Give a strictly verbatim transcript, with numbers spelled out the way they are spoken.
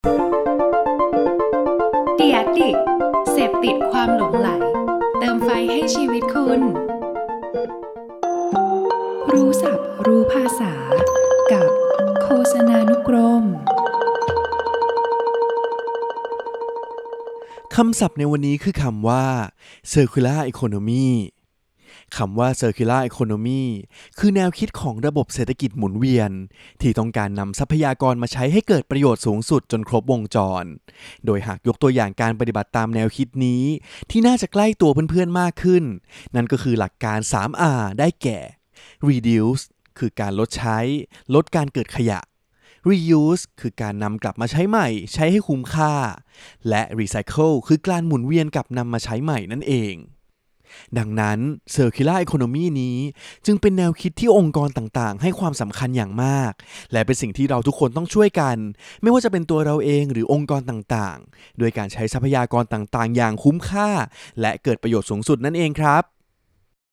The Addict เสพติดความหลงใหลเติมไฟให้ชีวิตคุณรู้ศัพท์รู้ภาษากับโฆษณานุกรมคำศัพท์ในวันนี้คือคำว่า circular economy คำว่า circular economy คือแนวคิดของระบบเศรษฐกิจหมุนเวียนที่ต้องการนำทรัพยากรมาใช้ให้เกิดประโยชน์สูงสุดจนครบวงจรโดยหากยกตัวอย่างการปฏิบัติตามแนวคิดนี้ที่น่าจะใกล้ตัวเพื่อนๆมากขึ้นนั่นก็คือหลักการ ทรี อาร์ ได้แก่ reduce คือการลดใช้ลดการเกิดขยะreuse คือการนำกลับมาใช้ใหม่ใช้ให้คุ้มค่าและ recycle คือการหมุนเวียนกลับนำมาใช้ใหม่นั่นเองดังนั้น circular economy นี้จึงเป็นแนวคิดที่องค์กรต่างๆให้ความสำคัญอย่างมากและเป็นสิ่งที่เราทุกคนต้องช่วยกันไม่ว่าจะเป็นตัวเราเองหรือองค์กรต่างๆโดยการใช้ทรัพยากรต่างๆอย่างคุ้มค่าและเกิดประโยชน์สูงสุดนั่นเองครับ